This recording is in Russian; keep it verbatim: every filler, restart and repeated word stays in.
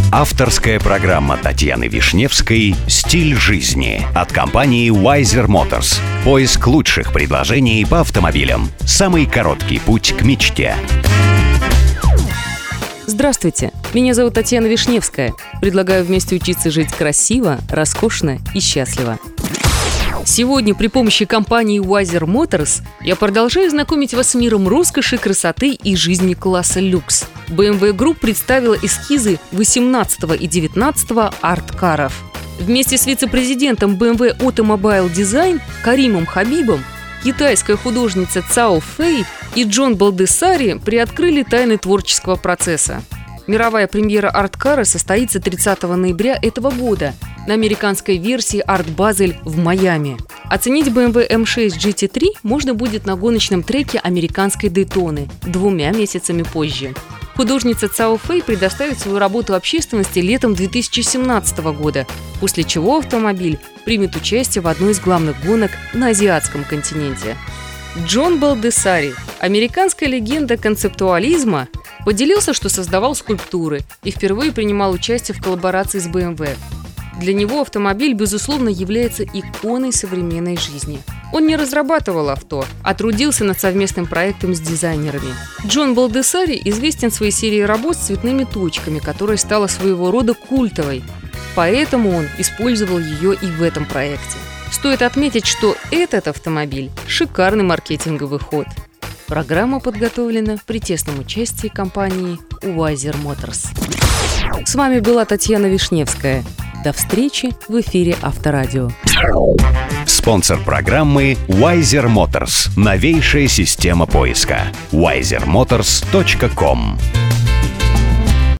Авторская программа Татьяны Вишневской «Стиль жизни» от компании Wiser Motors. Поиск лучших предложений по автомобилям. Самый короткий путь к мечте. Здравствуйте, меня зовут Татьяна Вишневская. Предлагаю вместе учиться жить красиво, роскошно и счастливо. Сегодня при помощи компании Wiser Motors я продолжаю знакомить вас с миром роскоши, красоты и жизни класса люкс. бэ эм вэ Group представила эскизы восемнадцатого и девятнадцатого арт-каров. Вместе с вице-президентом бэ эм вэ Automobile Design Каримом Хабибом китайская художница Цао Фэй и Джон Балдессари приоткрыли тайны творческого процесса. Мировая премьера арт-кара состоится тридцатого ноября этого года на американской версии Art Basel в Майами. Оценить бэ эм вэ эм шесть джи ти три можно будет на гоночном треке американской Дейтоны двумя месяцами позже. Художница Цао Фэй предоставит свою работу общественности летом две тысячи семнадцатого года, после чего автомобиль примет участие в одной из главных гонок на азиатском континенте. Джон Балдессари, американская легенда концептуализма, поделился, что создавал скульптуры и впервые принимал участие в коллаборации с бэ эм вэ. Для него автомобиль, безусловно, является иконой современной жизни. Он не разрабатывал авто, а трудился над совместным проектом с дизайнерами. Джон Балдессари известен своей серией работ с цветными точками, которая стала своего рода культовой. Поэтому он использовал ее и в этом проекте. Стоит отметить, что этот автомобиль – шикарный маркетинговый ход. Программа подготовлена при тесном участии компании Wiser Motors. С вами была Татьяна Вишневская. До встречи в эфире Авторадио. Спонсор программы Wiser Motors. Новейшая система поиска. вайзер моторс точка ком